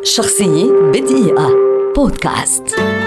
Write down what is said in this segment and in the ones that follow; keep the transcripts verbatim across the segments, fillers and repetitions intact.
شخصية بدقيقة بودكاست.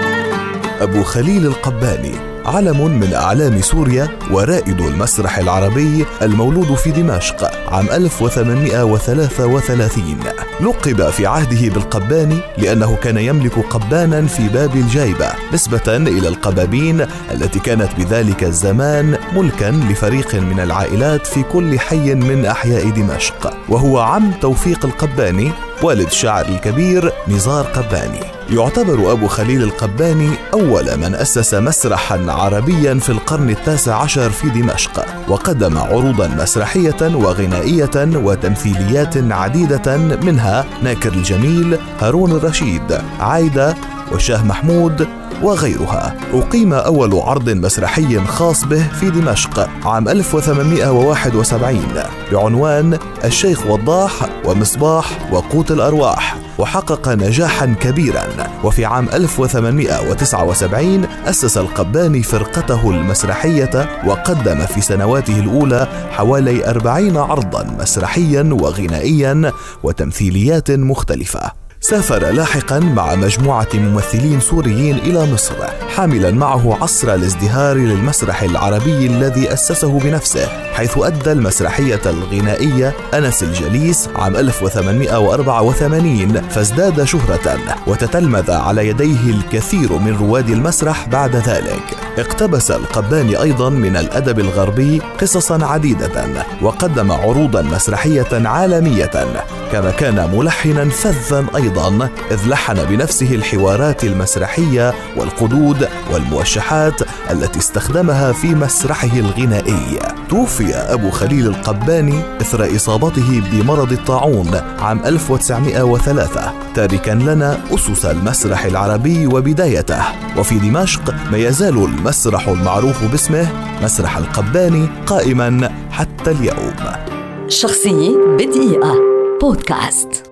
أبو خليل القباني علم من أعلام سوريا ورائد المسرح العربي المولود في دمشق عام ألف وثمانمائة وثلاثة وثلاثين. لقب في عهده بالقباني لأنه كان يملك قبانا في باب الجيبة نسبة إلى القبابين التي كانت بذلك الزمان ملكا لفريق من العائلات في كل حي من أحياء دمشق، وهو عم توفيق القباني والد الشاعر الكبير نزار قباني. يعتبر أبو خليل القباني أول من أسس مسرحا عربيا في القرن التاسع عشر في دمشق، وقدم عروضا مسرحية وغنائية وتمثيليات عديدة منها ناكر الجميل، هارون الرشيد، عايدة وشاه محمود وغيرها. أقيم أول عرض مسرحي خاص به في دمشق عام ألف وثمانمائة وواحد وسبعين بعنوان الشيخ وضاح ومصباح وقوت الأرواح، وحقق نجاحا كبيرا. وفي عام ألف وثمانمائة وتسعة وسبعين أسس القباني فرقته المسرحية، وقدم في سنواته الأولى حوالي أربعين عرضا مسرحيا وغنائيا وتمثيليات مختلفة. سافر لاحقا مع مجموعة ممثلين سوريين إلى مصر، حاملا معه عصر الازدهار للمسرح العربي الذي أسسه بنفسه، حيث أدى المسرحية الغنائية أنس الجليس عام ألف وثمانمائة وأربعة وثمانين، فازداد شهرة وتتلمذ على يديه الكثير من رواد المسرح بعد ذلك. اقتبس القباني أيضا من الأدب الغربي قصصا عديدة، وقدم عروضا مسرحية عالمية، كما كان ملحنا فذا أيضا، إذ لحن بنفسه الحوارات المسرحية والقدود والموشحات التي استخدمها في مسرحه الغنائي. توفي أبو خليل القباني إثر إصابته بمرض الطاعون عام ألف وتسعمائة وثلاثة، تاركا لنا أسس المسرح العربي وبدايته. وفي دمشق ما يزال المسرح المعروف باسمه مسرح القباني قائما حتى اليوم. شخصية بدقيقة بودكاست.